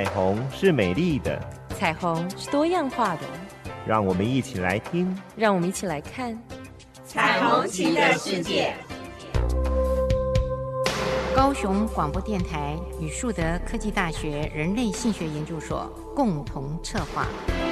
彩虹是美丽的， 彩虹是多样化的， 让我们一起来听， 让我们一起来看彩虹旗的世界。 高雄广播电台与树德科技大学人类性学研究所共同策划。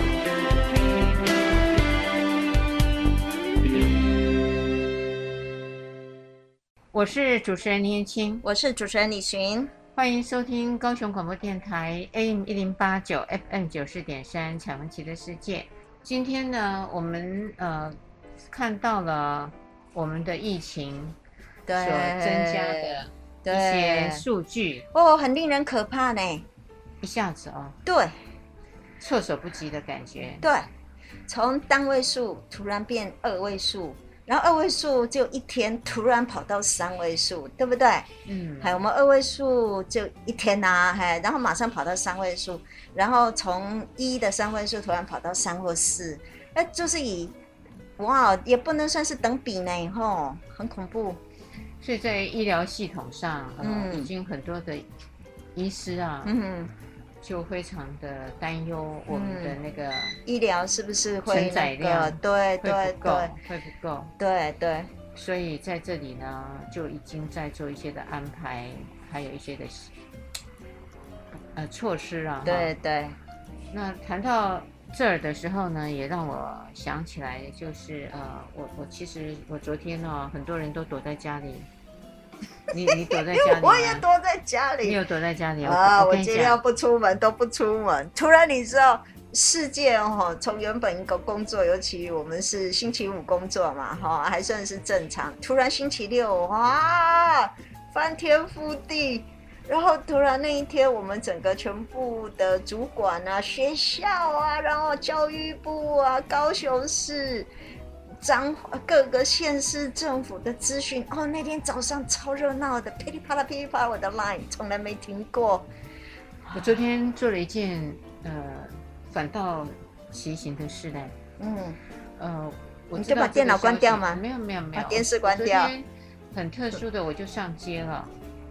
我是主持人林燕青， 我是主持人李寻， 欢迎收听高雄广播电台 AM1089 FM94.3 彩虹旗的世界。今天呢，我们看到了我们的疫情所增加的一些数据哦，很令人可怕呢， 一下子对， 措手不及的感觉。 对，从单位数突然变2位数。然后2位数就一天突然跑到3位数，对不对？还有我们2位数就一天啊，然后马上跑到3位数，然后从1的3位数突然跑到3或4，就是也不能算是等比呢，吼，很恐怖。 所以在医疗系统上，已经很多的医师啊，就非常的担忧我们的那个医疗是不是会承载量对， 会不够， 对， 所以在这里呢，就已经在做一些的安排，还有一些的措施啊。 对。 那谈到这儿的时候呢，也让我想起来，就是我其实我昨天呢，很多人都躲在家里。你躲在家里？ 我也躲在家里。 你有躲在家里啊？我今天要不出门都不出门。突然你知道，世界从原本一个工作，尤其我们是星期五工作嘛，还算是正常。突然星期六，哇，翻天覆地。然后突然那一天，我们整个全部的主管啊、学校啊，然后教育部啊、高雄市。各个县市政府的资讯那天早上超热闹的，噼里啪啦噼里啪啦，我的 line 从来没停过。 我昨天做了一件反倒奇形的事嘞。 你就把电脑关掉吗？ 没有， 把电视关掉。 昨天很特殊的，我就上街了。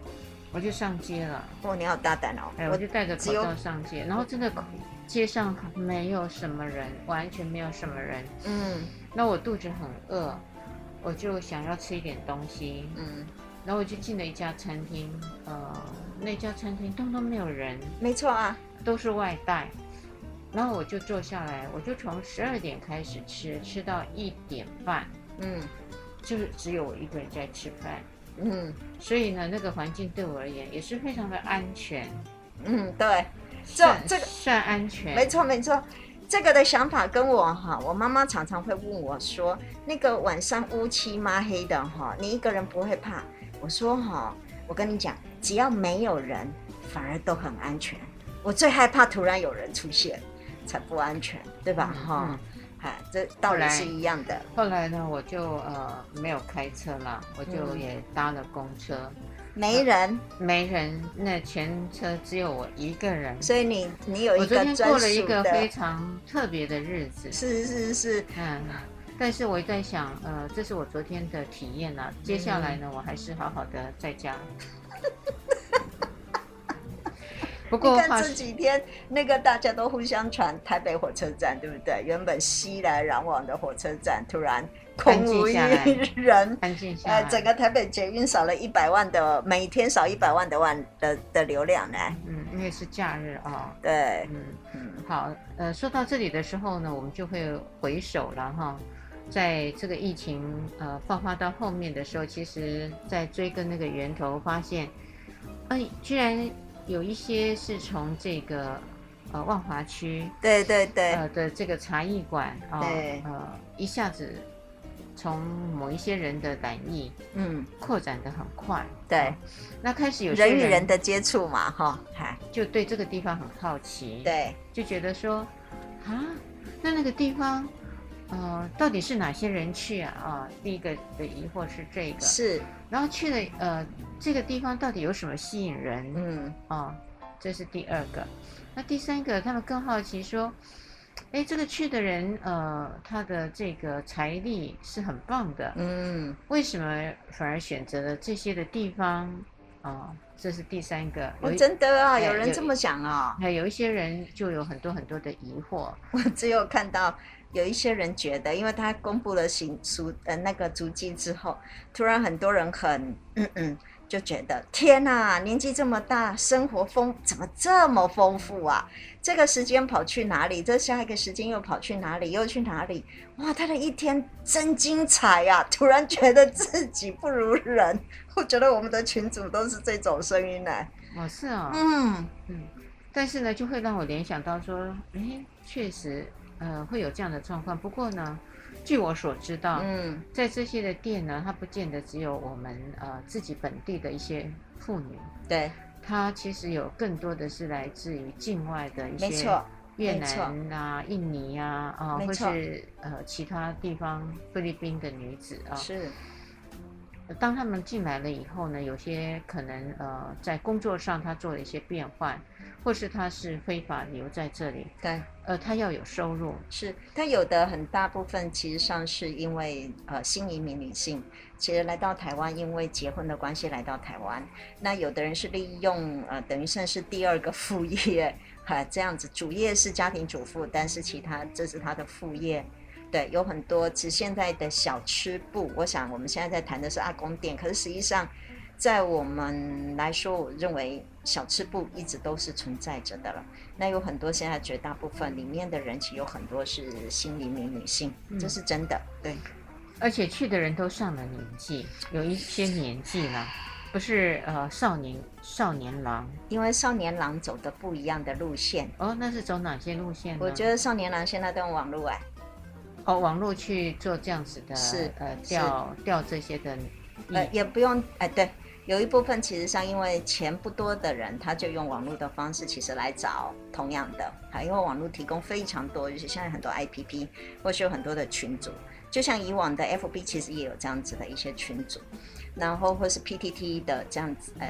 你好大胆哦！ 我就戴着口罩上街，然后真的街上没有什么人，完全没有什么人。那我肚子很饿，我就想要吃一点东西。然后我就进了一家餐厅，那家餐厅通通没有人。没错啊， 都是外带。然后我就坐下来，我就从12点开始吃到1点半。就是只有我一个人在吃饭。所以呢，那个环境对我而言也是非常的安全。 对， 这个算安全。 没错。这个的想法跟我妈妈常常会问我说，那个晚上乌漆嘛黑的你一个人不会怕？我说我跟你讲，只要没有人，反而都很安全。我最害怕突然有人出现，才不安全，对吧？这道理是一样的。 后来呢，我就没有开车了，我就也搭了公车。 没人， 那全车只有我一个人， 所以你有一个专属的。我昨天过了一个非常特别的日子。 是。 但是我在想，这是我昨天的体验啦。接下来呢，我还是好好的在家。不过你看这几天那个大家都互相传台北火车站，对不对？原本熙来攘往的火车站突然空无一人， 安静下来。 整个台北捷运少了100万的，每天少100万的流量呢。 因为是假日啊。 对， 好，说到这里的时候呢，我们就会回首了哈。在这个疫情爆发到后面的时候，其实在追根那个源头，发现，居然有一些是从这个万华区对的这个茶艺馆一下子从某一些人的染疫扩展得很快。 对， 那开始有些人与人的接触嘛就对这个地方很好奇。 对， 就觉得说那个地方到底是哪些人去第一个的疑惑是这个。 是， 然后去了这个地方到底有什么吸引人？这是第二个。那第三个，他们更好奇说，这个去的人他的这个财力是很棒的，为什么反而选择了这些的地方这是第三个。 真的啊， 哎有人这么想啊？ 有一些人就有很多很多的疑惑。 我只有看到有一些人觉得，因为他公布了那个足迹之后，突然很多人就觉得天哪，年纪这么大，生活怎么这么丰富啊？这个时间跑去哪里？这下一个时间又跑去哪里？又去哪里？哇，他的一天真精彩啊！突然觉得自己不如人。我觉得我们的群组都是这种声音呢。 是啊。但是呢，就会让我联想到说，确实，会有这样的状况。不过呢，据我所知道，在这些的店呢，它不见得只有我们自己本地的一些妇女， 对， 它其实有更多的是来自于境外的一些越南啊、印尼啊，或是其他地方菲律宾的女子啊。 是。 当他们进来了以后呢，有些可能在工作上他做了一些变换，或是他是非法留在这里， 对， 他要有收入， 是他有的很大部分其实上是因为新移民女性，其实来到台湾，因为结婚的关系来到台湾，那有的人是利用等于算是第二个副业，这样子，主业是家庭主妇，但是其他这是他的副业。对，有很多，其实现在的小吃部，我想我们现在在谈的是阿公店，可是实际上在我们来说，我认为小吃部一直都是存在着的了。那有很多现在绝大部分里面的人，其实有很多是新移民女性，这是真的。对， 而且去的人都上了年纪，有一些年纪了，不是少年郎， 因为少年郎走的不一样的路线。 那是走哪些路线呢？ 我觉得少年郎现在都用网络网络去做这样子的， 是调这些的， 也不用对，有一部分其实上因为钱不多的人，他就用网络的方式其实来找同样的，因为网络提供非常多，就是现在很多 IPP 或是有很多的群组，就像以往的 FB 其实也有这样子的一些群组，然后或是 PTT 的这样子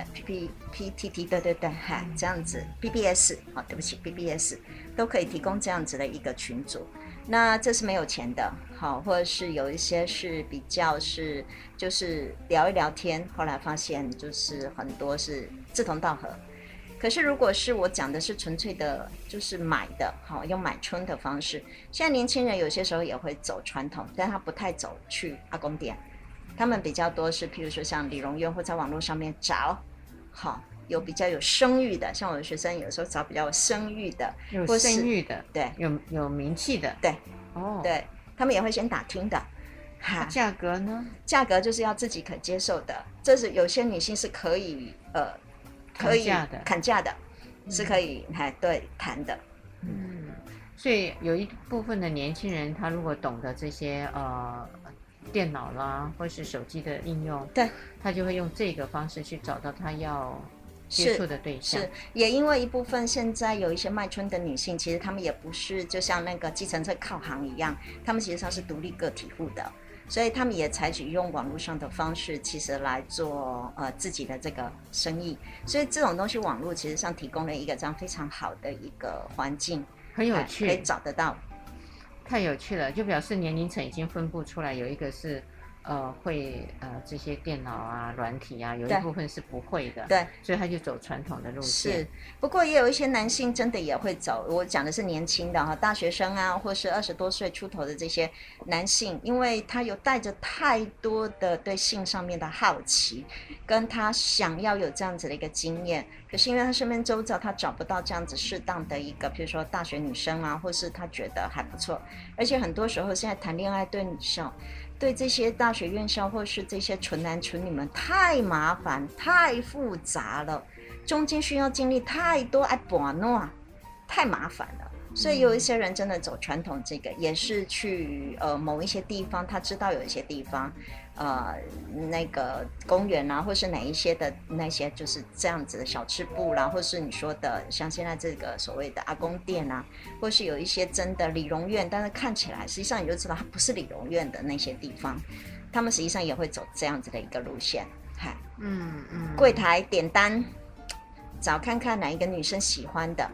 PTT 对，这样子 BBS 对不起 BBS 都可以提供这样子的一个群组。那这是没有钱的，或者是有一些是比较是就是聊一聊天，后来发现就是很多是志同道合。可是如果是我讲的是纯粹的，就是买的，用买春的方式，现在年轻人有些时候也会走传统，但他不太走去阿公店，他们比较多是譬如说像理容院或在网络上面找，有比较有声誉的，像我的学生有时候找比较有声誉的， 有声誉的，对，有名气的， 对，对，他们也会先打听的。 价格呢？ 价格就是要自己可接受的，这是有些女性是可以砍价的，是可以对谈的。 所以有一部分的年轻人，他如果懂得这些电脑啦，或是手机的应用， 对， 他就会用这个方式去找到他要接触的对象。 是，也因为一部分现在有一些卖春的女性，其实她们也不是就像那个计程车靠行一样，她们其实上是独立个体户的，所以她们也采取用网络上的方式，其实来做自己的这个生意。所以这种东西，网络其实上提供了一个这样非常好的一个环境， 很有趣， 可以找得到。 太有趣了，就表示年龄层已经分布出来，有一个是会这些电脑啊、软体啊，有一部分是不会的， 对， 所以他就走传统的路线。 是，不过也有一些男性真的也会走，我讲的是年轻的大学生啊，或是20多岁出头的这些男性，因为他有带着太多的对性上面的好奇，跟他想要有这样子的一个经验，可是因为他身边周遭他找不到这样子适当的一个，比如说大学女生啊，或是他觉得还不错，而且很多时候现在谈恋爱对这些大学院校或是这些纯男纯女们太麻烦太复杂了，中间需要经历太多太麻烦了，所以有一些人真的走传统，这个也是去某一些地方，他知道有一些地方那个公园啊，或是哪一些的那些就是这样子的小吃部啦，或是你说的像现在这个所谓的阿公店啊，或是有一些真的理容院，但是看起来实际上你就知道它不是理容院的那些地方，他们实际上也会走这样子的一个路线。柜台点单，找看看哪一个女生喜欢的。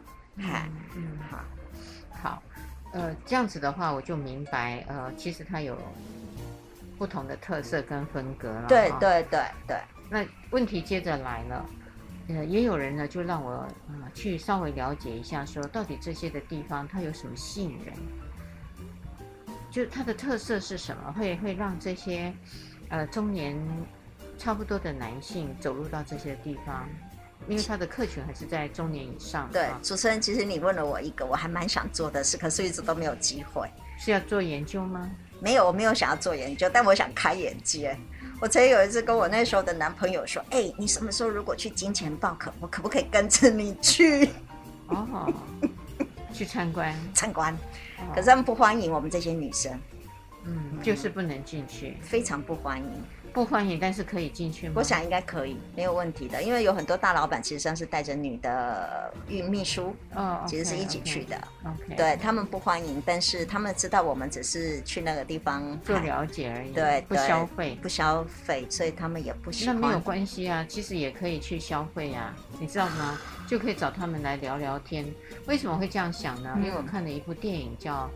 好，这样子的话我就明白，其实它有不同的特色跟风格了。 对。 那问题接着来了，也有人呢就让我去稍微了解一下，说到底这些的地方它有什么吸引人，就它的特色是什么，会让这些中年差不多的男性走入到这些地方，因为他的客群还是在中年以上。 对，主持人，其实你问了我一个我还蛮想做的事，可是一直都没有机会。 是要做研究吗？ 没有，我没有想要做研究，但我想开眼界。我曾经有一次跟我那时候的男朋友说：“哎，你什么时候如果去金钱豹，我可不可以跟着你去？” 哦，去参观。 可是他们不欢迎我们这些女生。 就是不能进去， 非常不欢迎。 不欢迎，但是可以进去吗？ 我想应该可以，没有问题的，因为有很多大老板其实上是带着女的秘书，其实是一起去的。对，他们不欢迎，但是他们知道我们只是去那个地方做了解而已， 对， 不消费， 所以他们也不喜欢。 那没有关系啊，其实也可以去消费啊，你知道吗？就可以找他们来聊聊天。为什么会这样想呢？因为我看了一部电影叫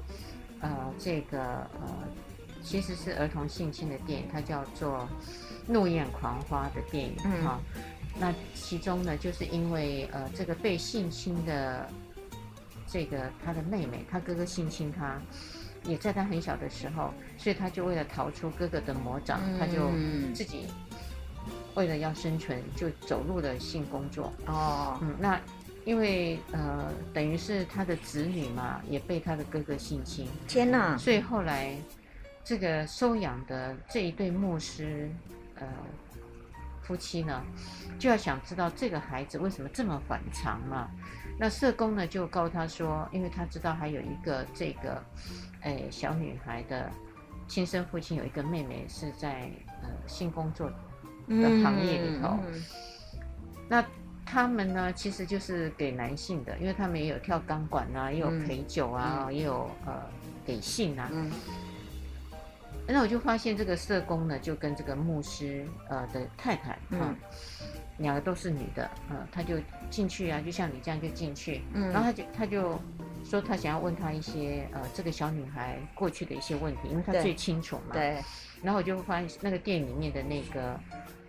其实是儿童性侵的电影，它叫做《怒焰狂花》的电影那其中呢，就是因为这个被性侵的这个他的妹妹，他哥哥性侵他，也在他很小的时候，所以他就为了逃出哥哥的魔掌，他就自己为了要生存，就走入了性工作。那因为等于是他的子女嘛，也被他的哥哥性侵。 天哪！ 所以后来这个收养的这一对牧师夫妻呢，就要想知道这个孩子为什么这么反常嘛。那社工呢就告诉他说，因为他知道还有一个这个小女孩的亲生父亲有一个妹妹是在性工作的行业里头。那他们呢其实就是给男性的，因为他们也有跳钢管啊，也有陪酒啊，也有给性啊。那我就发现这个社工呢，就跟这个牧师的太太两个都是女的，他就进去啊，就像你这样就进去，然后他就说他想要问他一些这个小女孩过去的一些问题，因为他最清楚嘛。 对。 然后我就发现那个电影里面的那个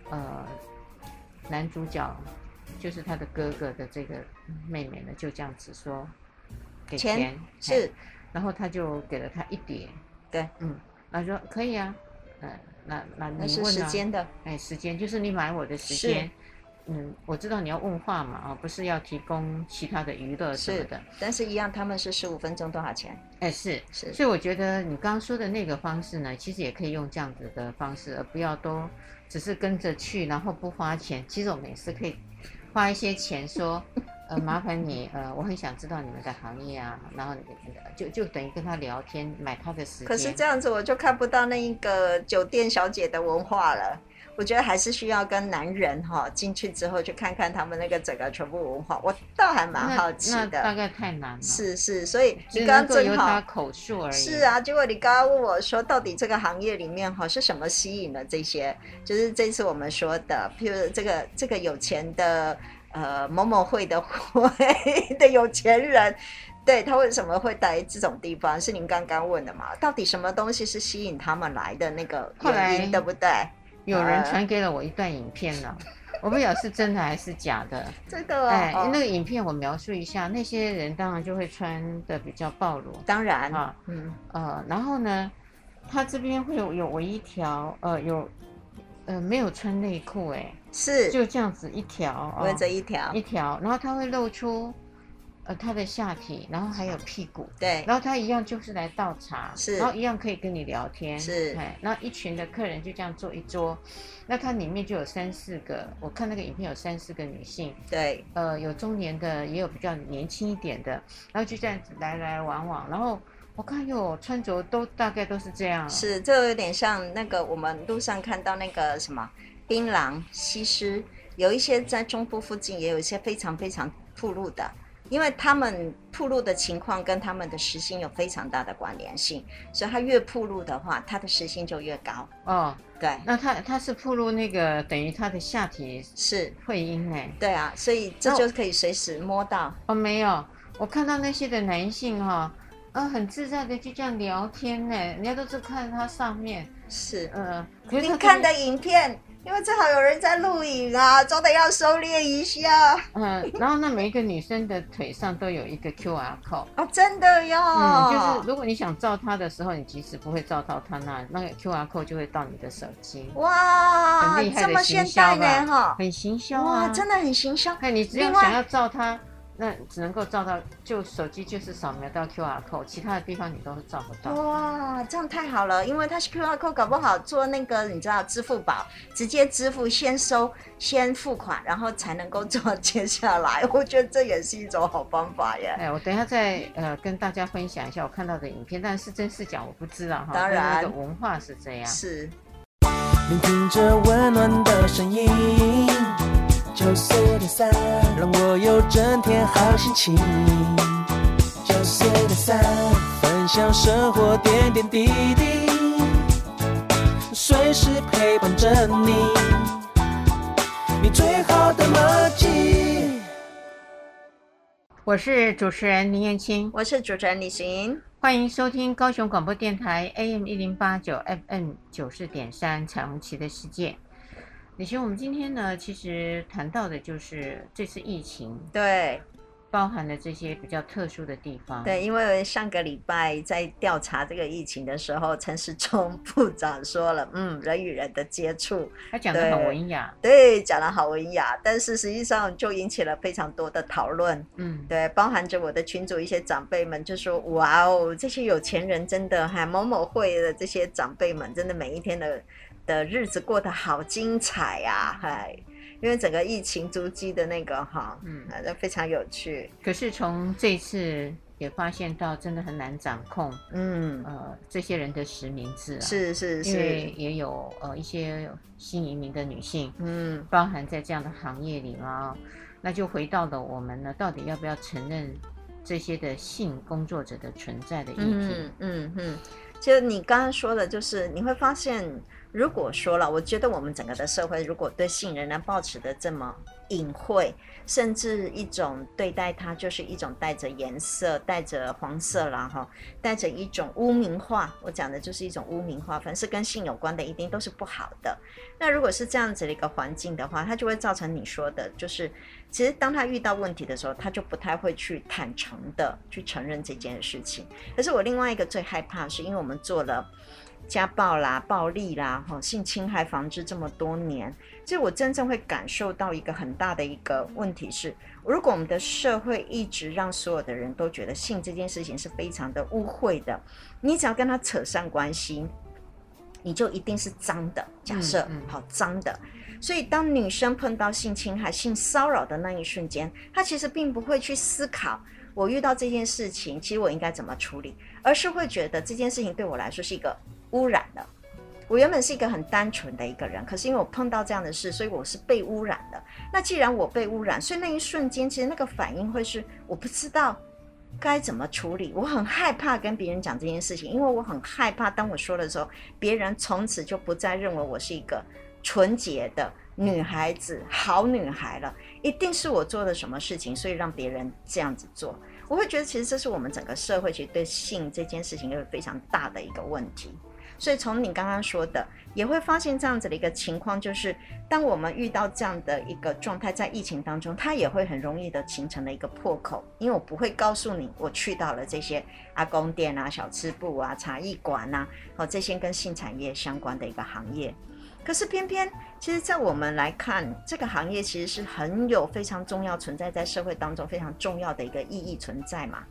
男主角，就是他的哥哥的这个妹妹呢，就这样子说给钱是， 然后他就给了他1叠。 对， 他说可以啊，那你是问时间的， 时间就是你买我的时间，我知道你要问话嘛，不是要提供其他的娱乐什么的， 但是一样他们是15分钟多少钱？ 是，所以我觉得你刚刚说的那个方式呢，其实也可以用这样子的方式，而不要都只是跟着去，然后不花钱。其实我们也是可以花一些钱说。麻烦你，我很想知道你们的行业啊，然后就等于跟他聊天，买他的时间。 可是这样子我就看不到那一个酒店小姐的文化了。我觉得还是需要跟男人进去之后去看看他们那个整个全部文化，我倒还蛮好奇的。 那大概太难了。 是，所以你刚刚正好由他口述而已。 是啊，结果你刚刚问我说，到底这个行业里面是什么吸引了这些？就是这次我们说的，譬如这个有钱的。某某会的有钱人，对，他为什么会来这种地方？是您刚刚问的嘛？到底什么东西是吸引他们来的那个原因，对不对？ 有人传给了我一段影片了，我不晓得是真的还是假的。 真的那个影片我描述一下，那些人当然就会穿的比较暴露， 当然然后呢，他这边会有一条没有穿内裤是就这样子一条， 围着一条， 然后他会露出他的下体，然后还有屁股， 对， 然后他一样就是来倒茶， 是， 然后一样可以跟你聊天， 是， 然后一群的客人就这样坐一桌，那它里面就有3-4个，我看那个影片有3-4个女性， 对， 有中年的，也有比较年轻一点的，然后就这样子来来往往，然后我看穿着都大概都是这样， 是，这有点像那个我们路上看到那个什么槟榔西施，有一些在中部附近也有一些非常非常暴露的，因为他们暴露的情况跟他们的时薪有非常大的关联性，所以他越暴露的话，他的时薪就越高。对， 那他是暴露那个等于他的下体是会阴对啊，所以这就可以随时摸到。 没有，我看到那些的男性很自在的就这样聊天人家都是看他上面是， 可是你看的影片因为正好有人在录影啊，总得要收敛一下。 然后呢，每一个女生的腿上都有一个 QR code。 哦，真的哟。 就是如果你想照她的时候，你即使不会照到她那个 QR code 就会到你的手机。 哇， 很厉害这么的行现代销吧？ 呢哈， 很行销啊！ 哇，真的很行销。 你只要想要照她，那只能够照到，就手机就是扫描到 QR code， 其他的地方你都是照不到。 哇，这样太好了，因为它是 QR code， 搞不好做那个你知道支付宝直接支付，先收先付款，然后才能够做接下来。我觉得这也是一种好方法耶。 我等一下再跟大家分享一下我看到的影片，但是真是假我不知道哈。 当然， 那个文化是这样。 是。 聆听着温暖的声音，94.3，让我有整天好心情。94.3，分享生活点点滴滴，随时陪伴着你，你最好的默契。 我是主持人林燕青， 我是主持人李行。 欢迎收听高雄广播电台 AM1089 FM 94.3彩虹旗的世界。李行，我们今天呢，其实谈到的就是这次疫情， 对， 包含了这些比较特殊的地方。 对，因为上个礼拜在调查这个疫情的时候，陈时中部长说了，人与人的接触， 他讲得很文雅， 对，讲得好文雅，但是实际上就引起了非常多的讨论。对，包含着我的群组一些长辈们就说，哇哦，这些有钱人真的，某某会的这些长辈们，真的每一天的日子过得好精彩呀，因为整个疫情足迹的那个非常有趣。 可是从这次也发现到，真的很难掌控，这些人的实名制啊， 是， 因为也有一些新移民的女性，包含在这样的行业里啊，那就回到了我们呢，到底要不要承认这些的性工作者的存在的议题？ 就你刚刚说的，就是你会发现，如果说了，我觉得我们整个的社会，如果对性仍然抱持的这么隐晦，甚至一种对待它就是一种带着颜色、带着黄色啦，带着一种污名化。我讲的就是一种污名化，凡是跟性有关的，一定都是不好的。那如果是这样子的一个环境的话，它就会造成你说的，就是其实当他遇到问题的时候，他就不太会去坦诚的去承认这件事情。可是我另外一个最害怕的是，因为我们做了家暴啦、暴力啦、性侵害防治这么多年，其实我真正会感受到一个很大的一个问题是，如果我们的社会一直让所有的人都觉得性这件事情是非常的污秽的，你只要跟他扯上关系，你就一定是脏的，假设好脏的。所以当女生碰到性侵害、性骚扰的那一瞬间，她其实并不会去思考我遇到这件事情其实我应该怎么处理，而是会觉得这件事情对我来说是一个污染的。我原本是一个很单纯的一个人，可是因为我碰到这样的事，所以我是被污染的。那既然我被污染，所以那一瞬间其实那个反应会是我不知道该怎么处理，我很害怕跟别人讲这件事情，因为我很害怕当我说的时候，别人从此就不再认为我是一个纯洁的女孩子、好女孩了，一定是我做了什么事情，所以让别人这样子做。我会觉得其实这是我们整个社会其实对性这件事情有非常大的一个问题。所以从你刚刚说的，也会发现这样子的一个情况，就是当我们遇到这样的一个状态，在疫情当中，它也会很容易的形成了一个破口，因为我不会告诉你我去到了这些阿公店啊、小吃部啊、茶艺馆啊，这些跟性产业相关的一个行业。可是偏偏其实在我们来看，这个行业其实是很有非常重要存在在社会当中非常重要的一个意义存在嘛。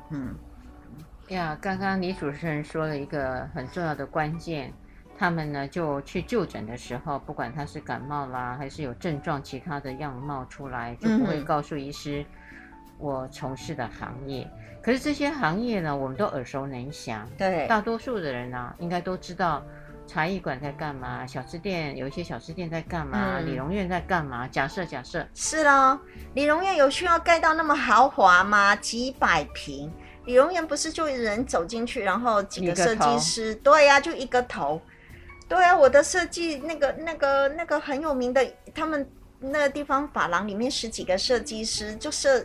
刚刚李主持人说了一个很重要的关键，他们呢就去就诊的时候，不管他是感冒啦还是有症状其他的样貌出来，就不会告诉医师我从事的行业。可是这些行业呢，我们都耳熟能详， 对， 大多数的人呢应该都知道茶艺馆在干嘛，小吃店有一些小吃店在干嘛，理容院在干嘛。假设是咯，理容院有需要盖到那么豪华吗？几百平，理容院不是就人走进去，然后几个设计师，对呀，就一个头。对啊，我的设计那个很有名的，他们那个地方发廊里面10几个设计师就设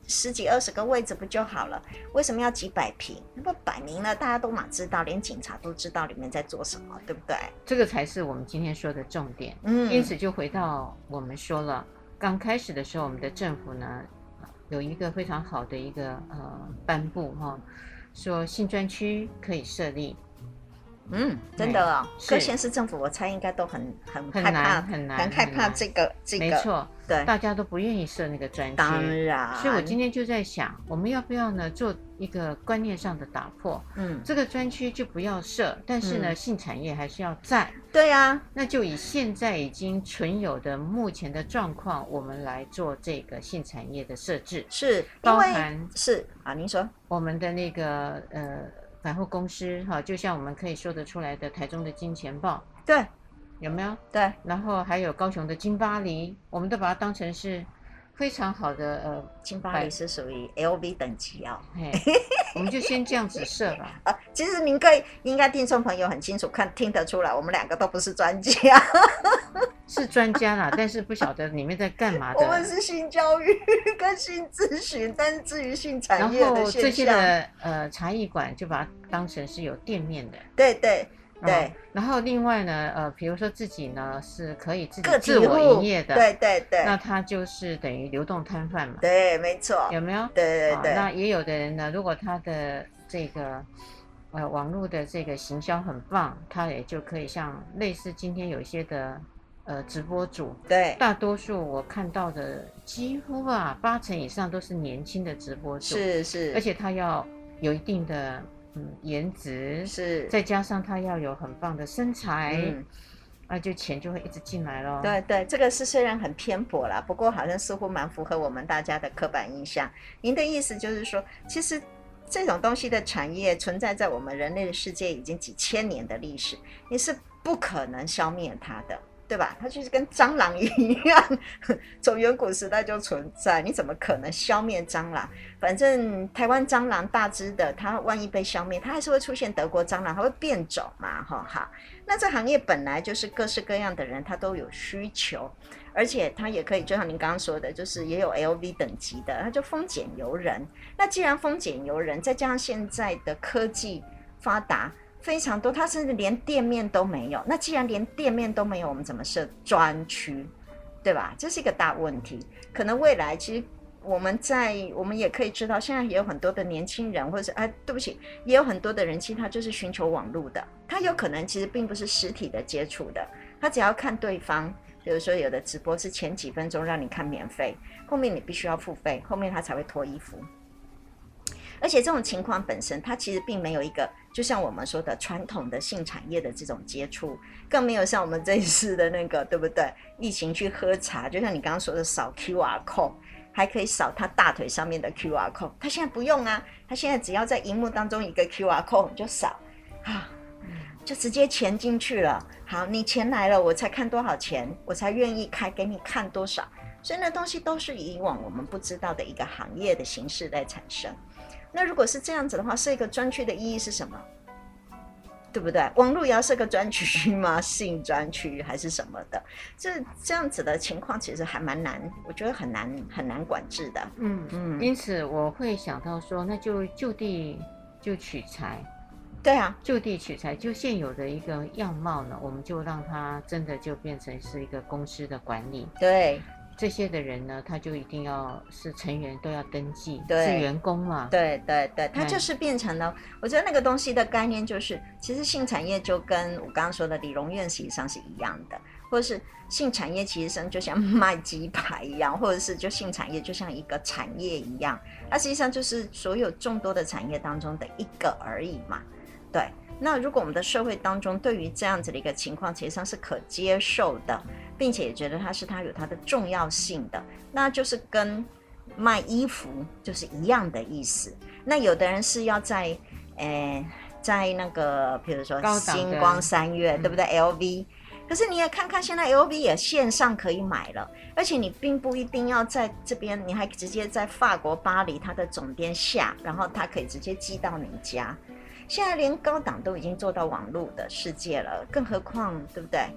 10几20个位置不就好了？为什么要几百坪？那不摆明了大家都嘛知道，连警察都知道里面在做什么，对不对？ 这个才是我们今天说的重点。因此就回到我们说了，刚开始的时候，我们的政府呢有一个非常好的一个颁布说新专区可以设立。 真的哦，各县市政府我猜应该都很害怕，很害怕这个。 没错， 对， 大家都不愿意设那个专区。 当然， 所以我今天就在想，我们要不要呢做一个观念上的打破？这个专区就不要设，但是呢，性产业还是要在。 对啊， 那就以现在已经存有的目前的状况，我们来做这个性产业的设置。 是， 包含是啊，您说我们的那个百货公司就像我们可以说得出来的台中的金钱豹， 对， 有没有？ 对， 然后还有高雄的金巴黎，我们都把它当成是非常好的金巴黎是属于 LV 等级哦。 我们就先这样子设吧。 其实您应该听众朋友很清楚听得出来，我们2个都不是专家。 是专家啦，但是不晓得里面在干嘛的。 我们是性教育跟性咨询，但是至于性产业的现象， 然后这些的茶艺馆就把它当成是有店面的。 对。 然后另外呢，比如说自己呢是可以自己自我营业的， 对， 那它就是等于流动摊贩嘛。 对，没错。 有没有？ 对。 那也有的人呢，如果他的这个网络的这个行销很棒，他也就可以像类似今天有一些的直播主， 对， 大多数我看到的几乎80%以上都是年轻的直播主， 是， 而且他要有一定的颜值， 是， 再加上他要有很棒的身材，就钱就会一直进来咯。 对，这个是虽然很偏颇啦，不过好像似乎蛮符合我们大家的刻板印象。您的意思就是说，其实这种东西的产业存在在我们人类的世界已经几千年的历史，你是不可能消灭它的，对吧？它就是跟蟑螂一样，从远古时代就存在，你怎么可能消灭蟑螂？反正台湾蟑螂大只的，它万一被消灭，它还是会出现德国蟑螂，它会变种嘛，好。那这行业本来就是各式各样的人，他都有需求，而且它也可以，就像您刚刚说的，就是也有 LV 等级的，它就丰俭由人。那既然丰俭由人，再加上现在的科技发达非常多，它甚至连店面都没有。那既然连店面都没有，我们怎么设专区，对吧？这是一个大问题。可能未来其实我们也可以知道，现在也有很多的年轻人，或者是对不起，也有很多的人，其实他就是寻求网络的，他有可能其实并不是实体的接触的，他只要看对方。比如说有的直播是前几分钟让你看免费，后面你必须要付费，后面他才会脱衣服。而且这种情况本身，它其实并没有一个，就像我们说的传统的性产业的这种接触，更没有像我们这一次的那个，对不对？疫情去喝茶，就像你刚刚说的扫 QR code， 还可以扫他大腿上面的 QR code， 他现在不用啊，他现在只要在荧幕当中一个 QR code 你就扫就直接钱进去了。好，你钱来了，我才看多少钱，我才愿意开给你看多少。所以那东西都是以往我们不知道的一个行业的形式在产生。那如果是这样子的话，设一个专区的意义是什么？对不对？网络也要设个专区吗？性专区还是什么的？这样子的情况其实还蛮难，我觉得很难管制的。 因此我会想到说，那就就地就取材。 对啊， 就地取材，就现有的一个样貌呢，我们就让它真的就变成是一个公司的管理。 对。 这些的人呢，他就一定要是成员都要登记， 对， 是员工嘛。 对，他就是变成了，我觉得那个东西的概念就是，其实性产业就跟我刚刚说的理容院实际上是一样的，或者是性产业其实上就像卖鸡排一样，或者是就性产业就像一个产业一样，它实际上就是所有众多的产业当中的一个而已嘛。对，那如果我们的社会当中对于这样子的一个情况，其实上是可接受的，并且也觉得它有它的重要性的，那就是跟卖衣服就是一样的意思。那有的人是要在那个比如说星光三月，对不对 ？LV， 可是你也看看现在 LV 也线上可以买了，而且你并不一定要在这边，你还直接在法国巴黎它的总店下，然后它可以直接寄到你家。现在连高档都已经做到网络的世界了，更何况对不对？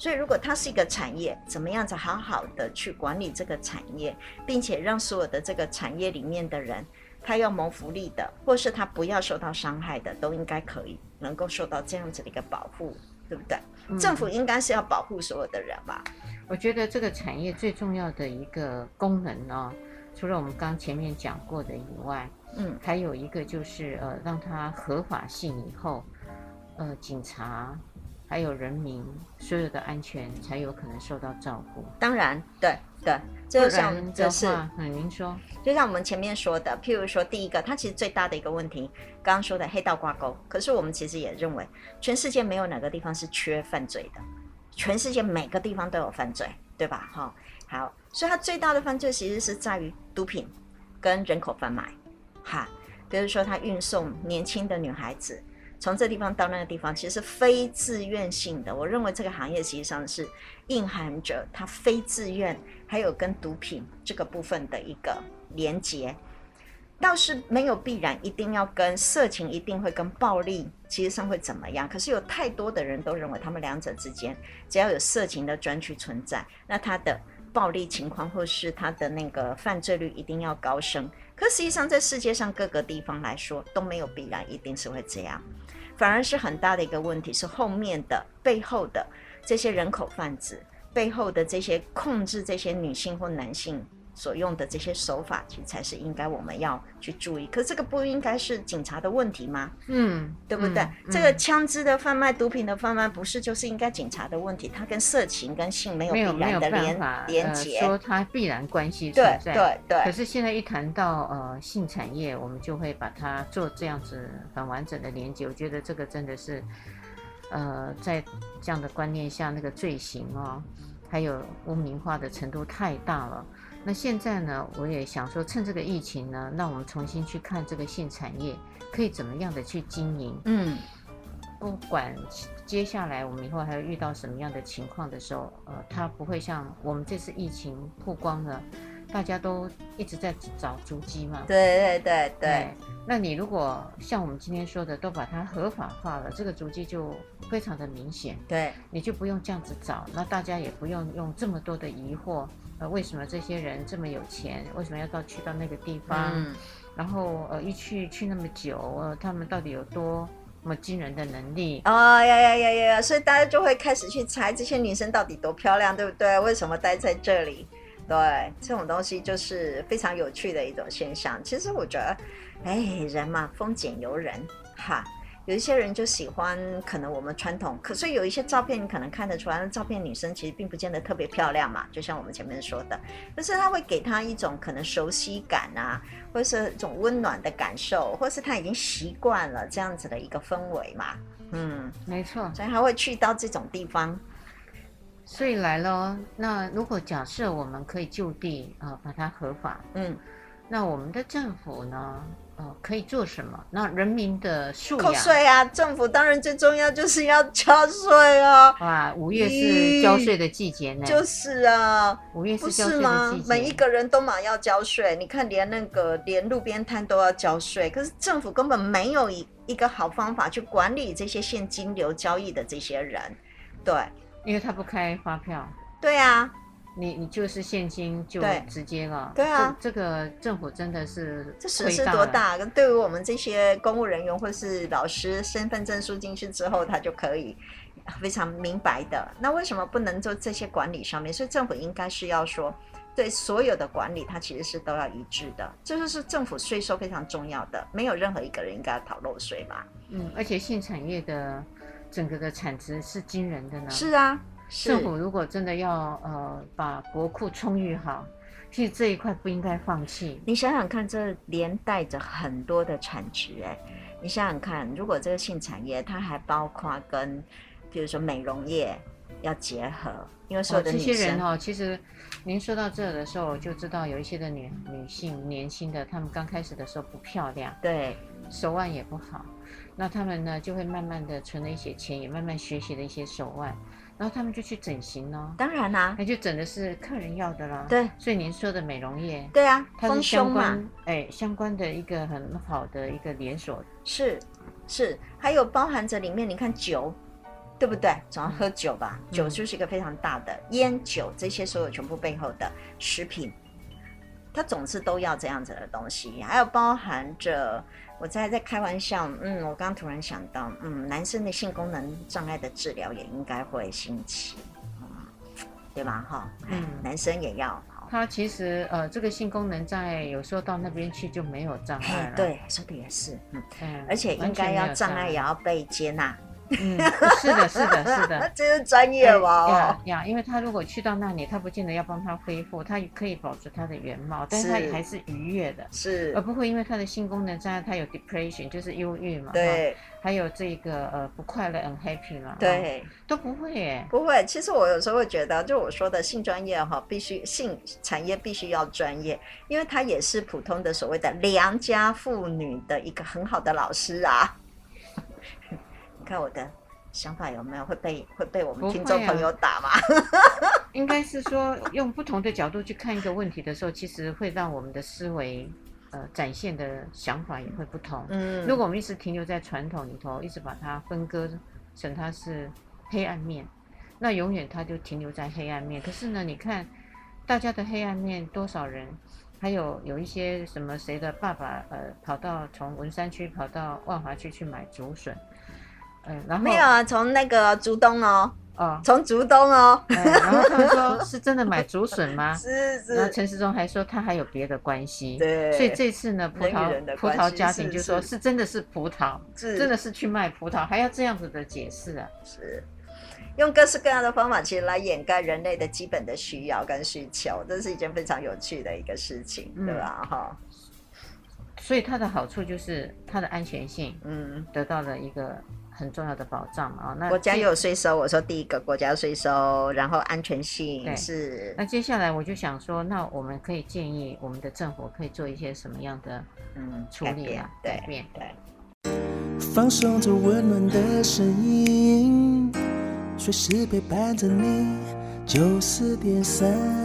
所以如果它是一个产业，怎么样子好好的去管理这个产业，并且让所有的这个产业里面的人，他要谋福利的，或是他不要受到伤害的，都应该可以能够受到这样子的一个保护，对不对？政府应该是要保护所有的人吧。 我觉得这个产业最重要的一个功能呢，除了我们刚前面讲过的以外，还有一个就是让它合法性以后，警察还有人民所有的安全才有可能受到照顾。 当然，对，这就像这是您说， 就像我们前面说的，譬如说第一个，它其实最大的一个问题，刚刚说的黑道挂钩，可是我们其实也认为，全世界没有哪个地方是缺犯罪的，全世界每个地方都有犯罪，对吧？好，所以它最大的犯罪其实是在于毒品跟人口贩卖，比如说他运送年轻的女孩子。从这地方到那个地方，其实是非自愿性的。我认为这个行业实际上是蕴含着它非自愿，还有跟毒品这个部分的一个连结。倒是没有必然一定要跟色情一定会跟暴力其实上会怎么样，可是有太多的人都认为他们两者之间只要有色情的专区存在，那他的暴力情况或是他的那个犯罪率一定要高升。可实际上在世界上各个地方来说都没有必然一定是会这样，反而是很大的一个问题是后面的背后的这些人口贩子，背后的这些控制这些女性或男性所用的这些手法，其实才是应该我们要去注意。可是这个不应该是警察的问题吗？对不对？这个枪支的贩卖、毒品的贩卖，不是就是应该警察的问题？它跟色情跟性没有必然的连结， 说它必然关系存在。 对。 可是现在一谈到性产业，我们就会把它做这样子很完整的连结。我觉得这个真的是在这样的观念下，那个罪行还有污名化的程度太大了。那现在呢，我也想说，趁这个疫情呢，让我们重新去看这个性产业可以怎么样的去经营。不管接下来我们以后还会遇到什么样的情况的时候，它不会像我们这次疫情曝光了，大家都一直在找足迹嘛。 对。 那你如果像我们今天说的，都把它合法化了，这个足迹就非常的明显。 对， 你就不用这样子找，那大家也不用用这么多的疑惑。为什么这些人这么有钱？为什么要去到那个地方？然后一去那么久，他们到底有多么惊人的能力？ 所以大家就会开始去猜这些女生到底多漂亮，对不对？为什么待在这里？对，这种东西就是非常有趣的一种现象。其实我觉得，人嘛，丰俭由人有一些人就喜欢可能我们传统，所以有一些照片你可能看得出来，那照片女生其实并不见得特别漂亮嘛，就像我们前面说的，但是它会给她一种可能熟悉感或是一种温暖的感受，或是她已经习惯了这样子的一个氛围嘛。 没错， 所以她会去到这种地方。 所以来了，那如果假设我们可以就地把它合法，那我们的政府呢？可以做什么？那人民的素养， 扣税政府当然最重要就是要交税哇，5月是交税的季节呢。 就是 5月是交税的季节，不是吗？ 每一个人都要交税，你看连路边摊都要交税，可是政府根本没有一个好方法去管理这些现金流交易的这些人，对， 因为他不开发票。 对你就是现金就直接了。 对这个政府真的是这损失多大？对于我们这些公务人员或是老师，身份证输进去之后，他就可以非常明白的。那为什么不能做这些管理上面？所以政府应该是要说，对所有的管理，它其实是都要一致的。这就是政府税收非常重要的，没有任何一个人应该要逃漏税嘛。 而且性产业的整个的产值是惊人的呢。 是政府如果真的要把国库充裕好，其实这一块不应该放弃。 你想想看，这连带着很多的产值你想想看，如果这个性产业它还包括跟比如说美容业要结合，因为所有的女生这些人其实您说到这的时候，我就知道有一些的女性年轻的，她们刚开始的时候不漂亮， 对， 手腕也不好，那她们呢就会慢慢的存了一些钱，也慢慢学习了一些手腕。然后他们就去整形了， 当然啦， 那就整的是客人要的啦。 对， 所以您说的美容业， 对它是相关的一个很好的一个连锁。 是，还有包含着里面，你看酒对不对？总要喝酒吧，酒就是一个非常大的烟酒，这些所有全部背后的食品，它总是都要这样子的东西，还有包含着我在开玩笑，我刚刚突然想到，男生的性功能障碍的治疗也应该会兴起，对吧？哈，男生也要。 他其实这个性功能障碍有时候到那边去就没有障碍了。 对，说的也是，而且应该要障碍也要被接纳。 是的，是的，是的， 这是专业吧？ 因为他如果去到那里，他不见得要帮他恢复，他可以保持他的原貌，但是他还是愉悦的， 是，而不会因为他的性功能障碍，他有 depression 就是忧郁嘛， 对， 还有这个不快乐 unhappy 嘛， 对， 都不会耶， 不会。其实我有时候会觉得，就我说的性专业哈，必须性产业必须要专业，因为它也是普通的所谓的良家妇女的一个很好的老师啊。你看我的想法有没有会被我们听众朋友打吗？ 应该是说用不同的角度去看一个问题的时候，其实会让我们的思维展现的想法也会不同。如果我们一直停留在传统里头，一直把它分割成它是黑暗面，那永远它就停留在黑暗面。可是呢，你看大家的黑暗面多少人？还有一些什么谁的爸爸跑到从文山区跑到万华区去买竹笋。然后没有啊，从那个竹东哦，从竹东哦， 然后他们说是真的买竹笋吗？ 是。 然后陈时中还说他还有别的关系， 对。 所以这次呢，葡萄家庭就说是真的是葡萄，真的是去卖葡萄，还要这样子的解释啊？ 是。用各式各样的方法，其实来掩盖人类的基本的需要跟需求，这是一件非常有趣的一个事情，对吧？哈。 所以它的好处就是它的安全性，得到了一个很重要的保障嘛。那国家又有税收，我说第一个国家税收，然后安全性是。 那接下来我就想说，那我们可以建议我们的政府可以做一些什么样的处理啊？改变。对。 放松着温暖的声音，随时陪伴着你，94.3，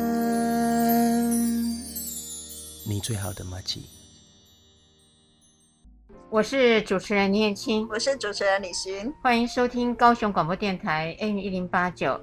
你最好的麻吉。 我是主持人倪燕青， 我是主持人李勋， 欢迎收听高雄广播电台 AM1089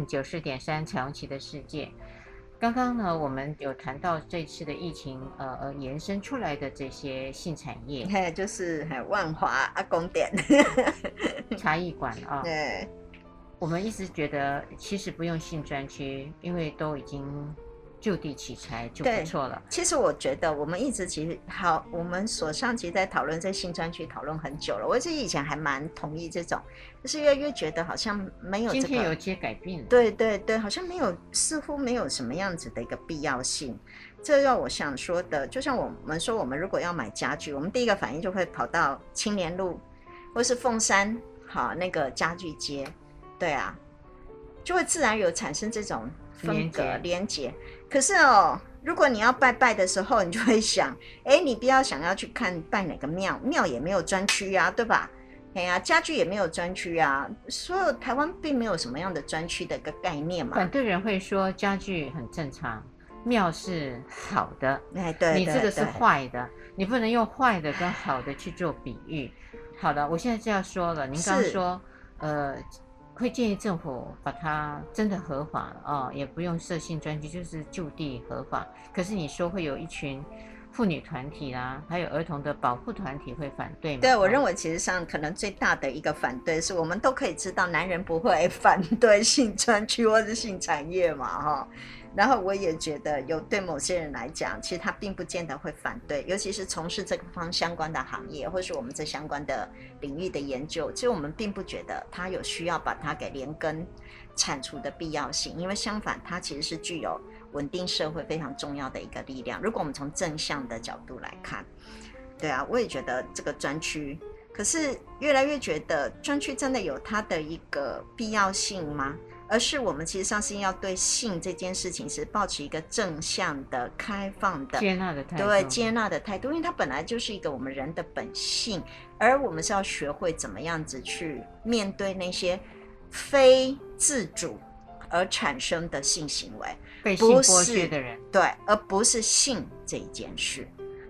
FM94.3 彩虹旗的世界。刚刚呢，我们有谈到这次的疫情延伸出来的这些性产业， 就是万华宫殿茶艺馆啊。 对， 我们一直觉得其实不用性专区，因为都已经就地取材就不错了。 其实我觉得我们一直我们所上集在讨论在性专区讨论很久了，我自己以前还蛮同意这种，就是越觉得好像没有今天有些改变了。 对，好像似乎没有什么样子的一个必要性。这让我想说的，就像我们说，我们如果要买家具，我们第一个反应就会跑到青年路或是凤山那个家具街，对啊，就会自然有产生这种分隔连结。可是如果你要拜的时候，你就会想，你不要想要去看拜哪个庙也没有专区啊，对吧？家具也没有专区啊，所有台湾并没有什么样的专区的一个概念嘛。 反对人会说家具很正常，庙是好的， 对， 你这个是坏的，你不能用坏的跟好的去做比喻。好的，我现在就要说了，您刚刚说会建议政府把它真的合法了也不用设性专区，就是就地合法。可是你说会有一群妇女团体啦，还有儿童的保护团体会反对吗？ 对，我认为其实上可能最大的一个反对是我们都可以知道，男人不会反对性专区或是性产业嘛然后我也觉得对某些人来讲，其实他并不见得会反对，尤其是从事这个方相关的行业，或是我们这相关的领域的研究，其实我们并不觉得他有需要把它给连根铲除的必要性，因为相反，它其实是具有稳定社会非常重要的一个力量。如果我们从正向的角度来看，对啊，我也觉得这个专区，可是越来越觉得专区真的有它的一个必要性吗？而是我们其实上是要对性这件事情是抱持一个正向的、开放的、 接纳的态度， 对，接纳的态度，因为它本来就是一个我们人的本性，而我们是要学会怎么样子去面对那些非自主而产生的性行为， 被性剥削的人， 对，而不是性这一件事。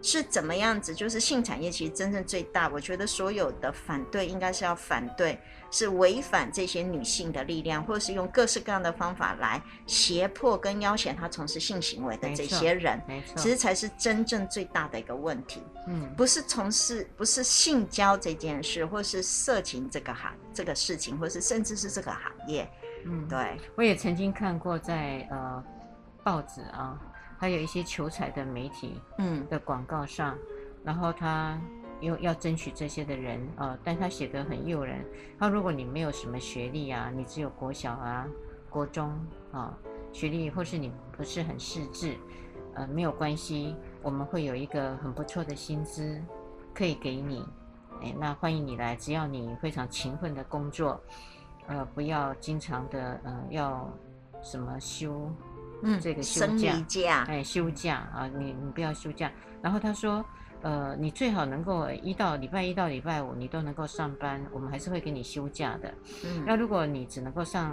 是怎么样子？就是性产业其实真正最大，我觉得所有的反对应该是要反对，是违反这些女性的力量，或者是用各式各样的方法来胁迫跟要挟她从事性行为的这些人， 没错， 其实才是真正最大的一个问题。不是不是性交这件事，或是色情这个事情，或是甚至是这个行业。对， 我也曾经看过在报纸啊，还有一些求财的媒体的广告上，然后他要争取这些的人但他写得很诱人。他如果你没有什么学历啊，你只有国小啊、国中学历，或是你不是很识字，没有关系，我们会有一个很不错的薪资可以给你。那欢迎你来，只要你非常勤奋的工作，不要经常的要什么休这个休假， 生理假， 休假啊，你不要休假。然后他说，你最好能够礼拜一到礼拜五你都能够上班，我们还是会给你休假的。那如果你只能够上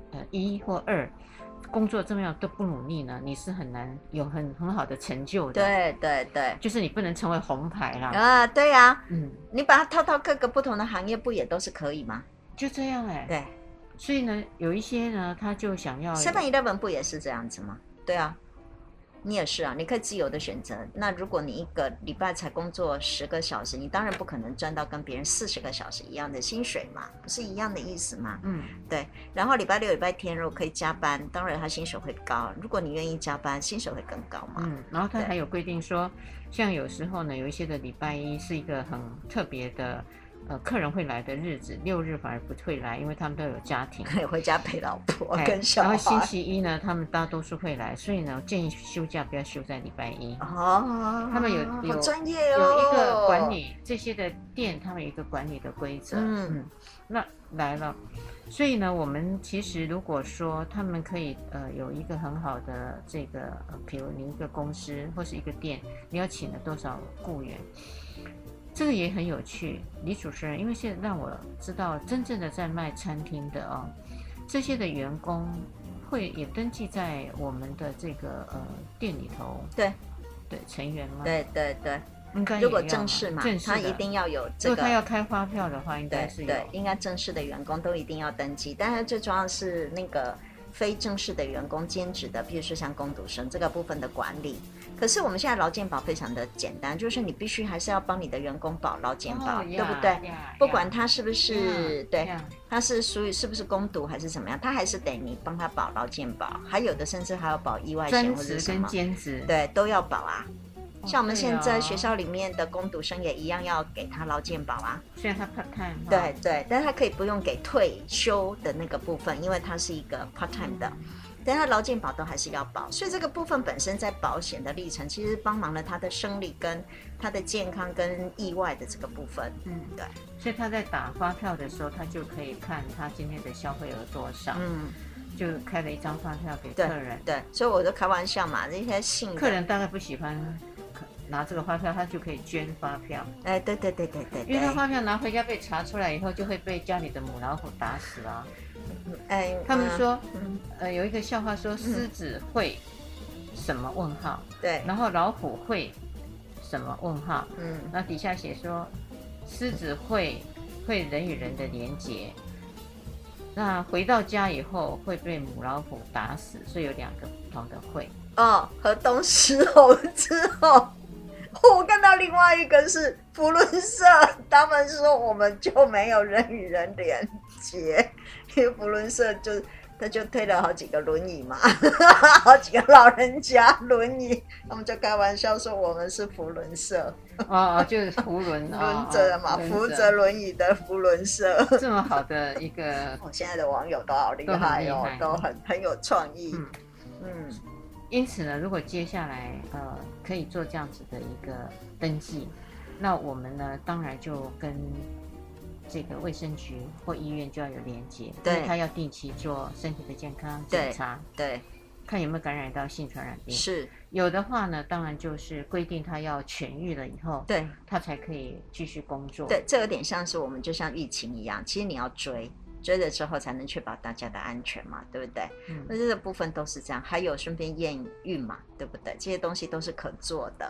1或2，工作这么样都不努力呢，你是很难有很好的成就的。 对对对， 就是你不能成为红牌啦。对啊，你把它套各个不同的行业，不也都是可以吗？ 就这样对。所以呢，有一些呢，他就想要 7-11不也是这样子吗？对啊，你也是啊，你可以自由的选择。那如果你一个礼拜才工作10个小时，你当然不可能赚到跟别人40个小时一样的薪水嘛，不是一样的意思吗？对。然后礼拜六、礼拜天如果可以加班，当然他薪水会高。如果你愿意加班，薪水会更高嘛。 然后他还有规定说，像有时候呢，有一些的礼拜一是一个很特别的。客人会来的日子，6日反而不会来，因为他们都有家庭， 回家陪老婆跟小孩。 然后星期一呢，他们大多数会来，所以呢，建议休假不要休在礼拜一。他们有好专业有一个管理这些的店，他们有一个管理的规则。那来了，所以呢，我们其实如果说他们可以有一个很好的这个比如你一个公司或是一个店，你要请了多少雇员？这个也很有趣，李主持人，因为现在让我知道真正的在卖餐厅的这些的员工会也登记在我们的这个店里头，对成员吗？ 对， 应该如果正式嘛，他一定要有这个。 如果他要开发票的话，应该是有。 对，应该正式的员工都一定要登记，但是最重要是那个非正式的员工兼职的，比如说像工读生这个部分的管理。可是我们现在劳健保非常的简单，就是你必须还是要帮你的员工保劳健保，对不对？不管他是不是他是属于是不是工读还是怎么样，他还是得你帮他保劳健保，还有的甚至还要保意外险或者什么， 专职跟兼职对都要保啊。像我们现在学校里面的工读生也一样要给他劳健保啊， 虽然他 part time， 对，但是他可以不用给退休的那个部分，因为他是一个 part time 的。但他劳健保都还是要保，所以这个部分本身在保险的历程，其实帮忙了他的生理跟他的健康跟意外的这个部分。对。 所以他在打发票的时候，他就可以看他今天的消费额多少。就开了一張发票给客人。 对，所以我就开玩笑嘛，这些信客人大概不喜欢拿这个发票，他就可以捐发票。 对， 因为他发票拿回家被查出来以后，就会被家里的母老虎打死啊。他们说，有一个笑话说，狮子会什么问号？ 对， 然后老虎会什么问号？那底下写说，狮子会人与人的连结。那回到家以后会被母老虎打死，所以有2个不同的会。 河东狮吼之后，我看到另外一个是福伦社，他们说我们就没有人与人连结，因为福伦社他就推了好几个轮椅嘛，好几个老人家轮椅，他们就开玩笑说我们是福伦社。 就是福伦轮着嘛，扶着轮椅的福伦社。 这么好的一个， 现在的网友都好厉害哦，都很有创意。 因此呢，如果接下来可以做这样子的一个登记，那我们呢当然就跟这个卫生局或医院就要有连结，因为他要定期做身体的健康检查，对，看有没有感染到性传染病。是有的话呢，当然就是规定他要痊愈了以后，对，他才可以继续工作。对， 这有点像是我们就像疫情一样，其实你要追了之后才能确保大家的安全嘛，对不对？那这个部分都是这样，还有顺便验孕嘛，对不对？这些东西都是可做的。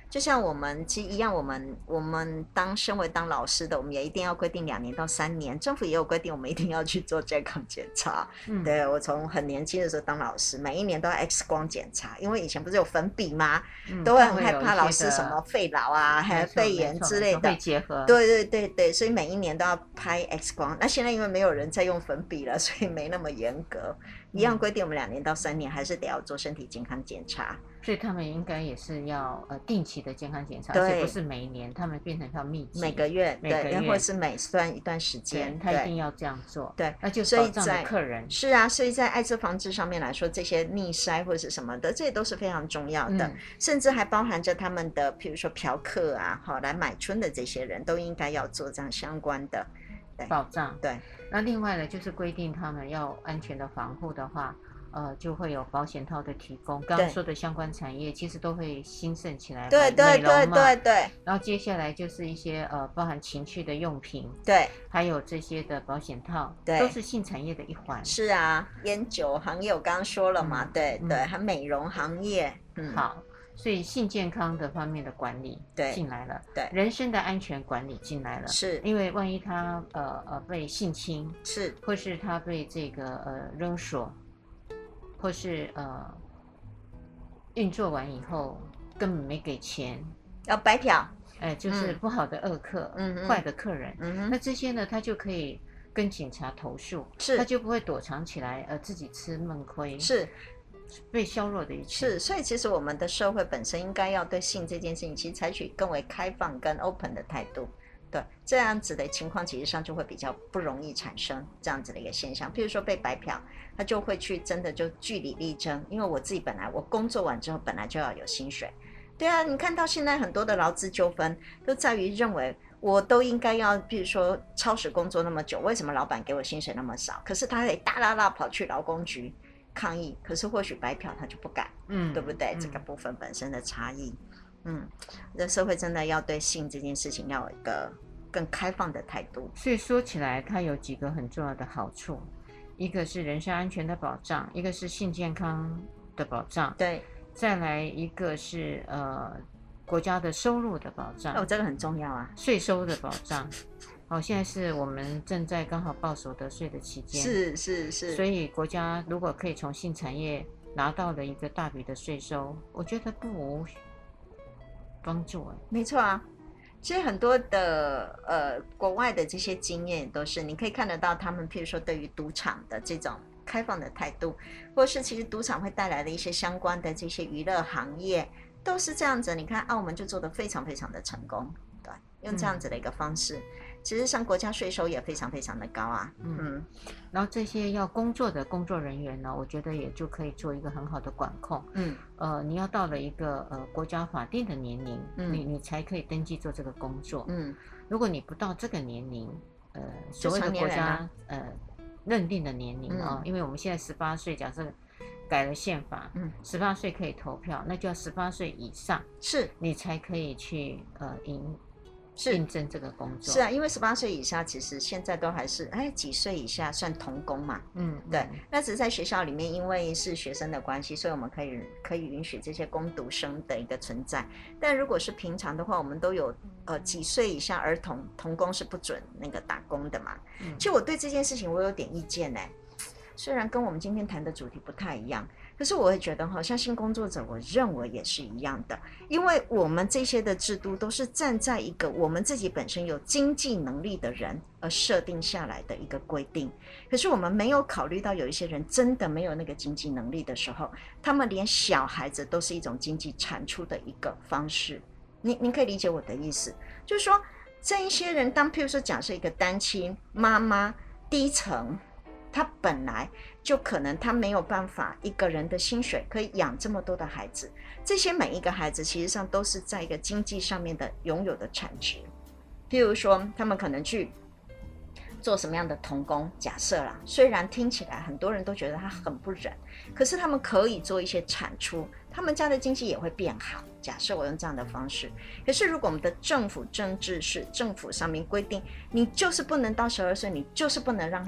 就像我们其实一样，我们身为当老师的，我们也一定要规定2年到3年，政府也有规定，我们一定要去做健康检查。对，我从很年轻的时候当老师，每一年都要 X 光检查，因为以前不是有粉笔吗？都会很害怕老师什么肺痨啊，还有肺炎之类的， 会结合。 对，所以每一年都要拍 X 光。那现在因为没有人在用粉笔了，所以没那么严格。一样规定我们2年到3年还是得要做身体健康检查。 所以他们应该也是要定期的健康检查，而且不是每一年，他们变成要密集， 每个月，对，或者是每算一段时间， 他一定要这样做。 对， 那就保障了客人。 是啊，所以在艾滋防治上面来说，这些逆筛或者是什么的，这些都是非常重要的，甚至还包含着他们的，比如说嫖客啊，来买春的这些人都应该要做这样相关的保障。 对， 那另外呢，就是规定他们要安全的防护的话。就会有保险套的提供，刚刚说的相关产业其实都会兴盛起来， 对。 然后接下来就是一些包含情趣的用品， 对， 还有这些的保险套， 对， 都是性产业的一环。 是啊，烟酒行业我刚刚说了嘛，对，还美容行业， 好，所以性健康的方面的管理进来了， 对， 人身的安全管理进来了， 是因为万一他被性侵， 是， 或是他被这个勒索。或是运作完以后根本没给钱， 要白嫖， 就是不好的恶客，坏的客人，那这些呢，他就可以跟警察投诉，他就不会躲藏起来，自己吃闷亏， 是被削弱的一切。 是，所以其实我们的社会本身应该要对性这件事情，其实采取更为开放跟 open 的态度。对，这样子的情况其实上就会比较不容易产生这样子的一个现象。譬如说被白嫖，他就会去真的就据理力争，因为我自己本来我工作完之后本来就要有薪水。对啊，你看到现在很多的劳资纠纷都在于认为我都应该要，比如说超时工作那么久，为什么老板给我薪水那么少？可是他得大拉拉跑去劳工局抗议，可是或许白嫖他就不敢，对不对？这个部分本身的差异。这社会真的要对性这件事情要有一个更开放的态度。 所以说起来，它有几个很重要的好处，一个是人身安全的保障，一个是性健康的保障， 对， 再来一个是国家的收入的保障， 这个很重要啊， 税收的保障。现在是我们正在刚好报所得税的期间， 是， 所以国家如果可以从性产业拿到了一个大笔的税收，我觉得不无帮助。 没错啊，其实很多的国外的这些经验都是你可以看得到，他们譬如说对于赌场的这种开放的态度，或是其实赌场会带来的一些相关的这些娱乐行业都是这样子。你看澳门就做得非常非常的成功，对，用这样子的一个方式，其实上国家税收也非常非常的高啊。 然后这些要工作的工作人员呢，我觉得也就可以做一个很好的管控。你要到了一个国家法定的年龄，你才可以登记做这个工作。如果你不到这个年龄，所谓的国家认定的年龄因为我们现在18岁，假设改了宪法，18岁可以投票，那就要18岁以上， 是你才可以去应征这个工作。 是啊，因为18岁以下其实现在都还是几岁以下算童工嘛。对，那只是在学校里面，因为是学生的关系，所以我们可以允许这些工读生的一个存在。但如果是平常的话，我们都有几岁以下儿童童工是不准那个打工的嘛。其实我对这件事情我有点意见虽然跟我们今天谈的主题不太一样，可是我会觉得像性工作者，我认为也是一样的，因为我们这些的制度都是站在一个我们自己本身有经济能力的人而设定下来的一个规定，可是我们没有考虑到有一些人真的没有那个经济能力的时候，他们连小孩子都是一种经济产出的一个方式。您可以理解我的意思，就是说这一些人譬如说假设一个单亲妈妈低层，他本来就可能他没有办法一个人的薪水可以养这么多的孩子，这些每一个孩子其实上都是在一个经济上面的拥有的产值。譬如说他们可能去做什么样的童工，假设啦，虽然听起来很多人都觉得他很不忍，可是他们可以做一些产出，他们家的经济也会变好，假设我用这样的方式。可是如果我们的政府政治是政府上面规定，你就是不能到12岁，你就是不能让他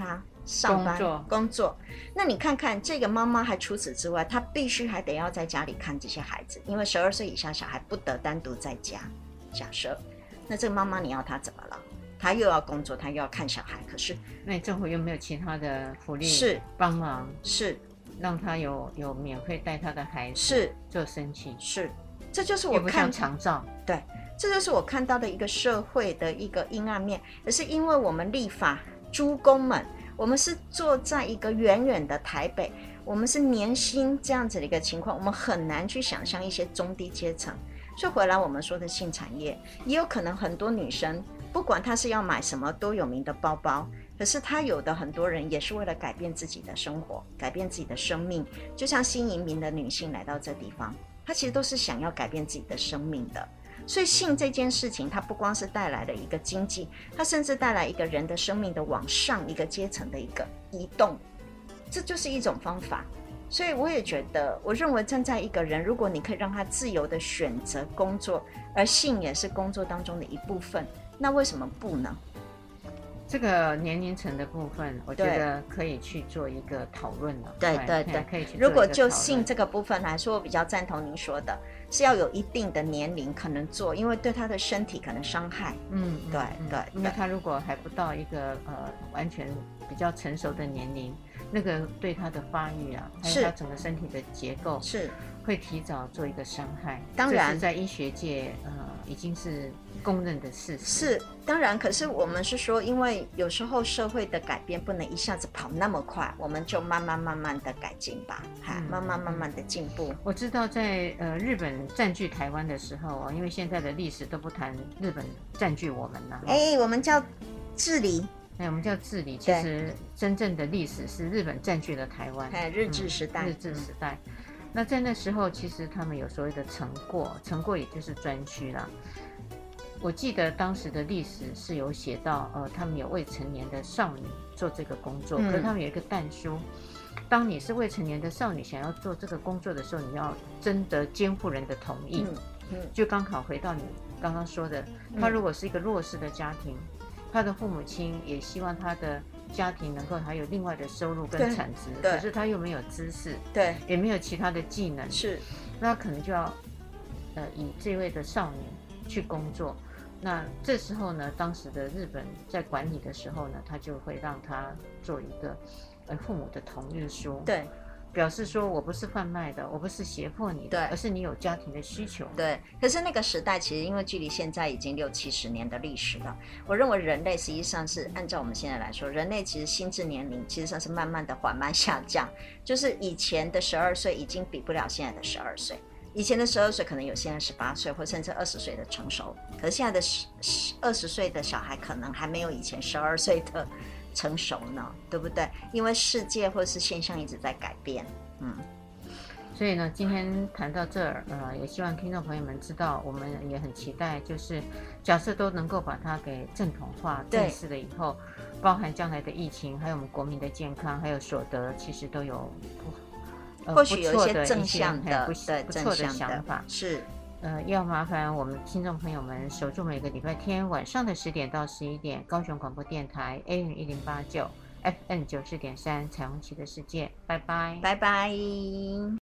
上班工作。那你看看这个妈妈还除此之外，她必须还得要在家里看这些孩子，因为12岁以下小孩不得单独在家。假设，那这个妈妈你要她怎么了？她又要工作，她又要看小孩，可是那你政府有没有其他的福利是帮忙？ 是让她有免费带她的孩子是做生气？ 是，这就是我又不像看长照。 对，这就是我看到的一个社会的一个阴暗面，也是因为我们立法诸公们，我们是坐在一个远远的台北，我们是年薪这样子的一个情况，我们很难去想象一些中低阶层。所以回来我们说的性产业，也有可能很多女生，不管她是要买什么多有名的包包，可是她有的很多人也是为了改变自己的生活，改变自己的生命。就像新移民的女性来到这地方，她其实都是想要改变自己的生命的。所以性这件事情，它不光是带来了一个经济，它甚至带来一个人的生命的往上一个阶层的一个移动，这就是一种方法。所以我也觉得，我认为站在一个人，如果你可以让他自由的选择工作，而性也是工作当中的一部分，那为什么不呢？ 这个年龄层的部分，我觉得可以去做一个讨论了。 对， 可以去做一个讨论。 如果就性这个部分来说，我比较赞同您说的，是要有一定的年龄可能做，因为对他的身体可能伤害。对， 因为他如果还不到一个完全比较成熟的年龄，那个对他的发育啊，还有他整个身体的结构是会提早做一个伤害。 当然， 这是在医学界已经是公认的事实。 是当然，可是我们是说，因为有时候社会的改变不能一下子跑那么快，我们就慢慢的改进吧，慢慢的进步。 我知道在日本占据台湾的时候因为现在的历史都不谈日本占据我们了， 我们叫治理。 我们叫治理，其实真正的历史是日本占据了台湾， 日治时代。 那在那时候，其实他们有所谓的成过也就是专区啦。我记得当时的历史是有写到，他们有未成年的少女做这个工作，可是他们有一个但书，当你是未成年的少女想要做这个工作的时候，你要征得监护人的同意。就刚好回到你刚刚说的，他如果是一个弱势的家庭。他的父母亲也希望他的家庭能够还有另外的收入跟产值，可是他又没有知识，也没有其他的技能，那可能就要以这位的少女去工作。那这时候呢，当时的日本在管理的时候呢，他就会让他做一个父母的同意书，表示说我不是贩卖的，我不是胁迫你的，而是你有家庭的需求。 可是那个时代其实因为距离现在已经60-70年的历史了，我认为人类实际上是按照我们现在来说，人类其实心智年龄其实上是慢慢的缓慢下降，就是以前的12岁已经比不了现在的12岁。以前的12岁可能有现在18岁或甚至20岁的成熟，可是现在的20岁的小孩可能还没有以前12岁的成熟呢，对不对？因为世界或是现象一直在改变。 所以呢，今天谈到这儿，也希望听众朋友们知道，我们也很期待，就是假设都能够把它给正统化、正式了以后，包含将来的疫情，还有我们国民的健康，还有所得，其实都有或许有一些正向的、 不错的想法。 是。 要麻烦我们听众朋友们守住每个礼拜天晚上的10点到11点，高雄广播电台 AM1089 FM 94.3彩虹旗的世界，拜拜， 拜拜。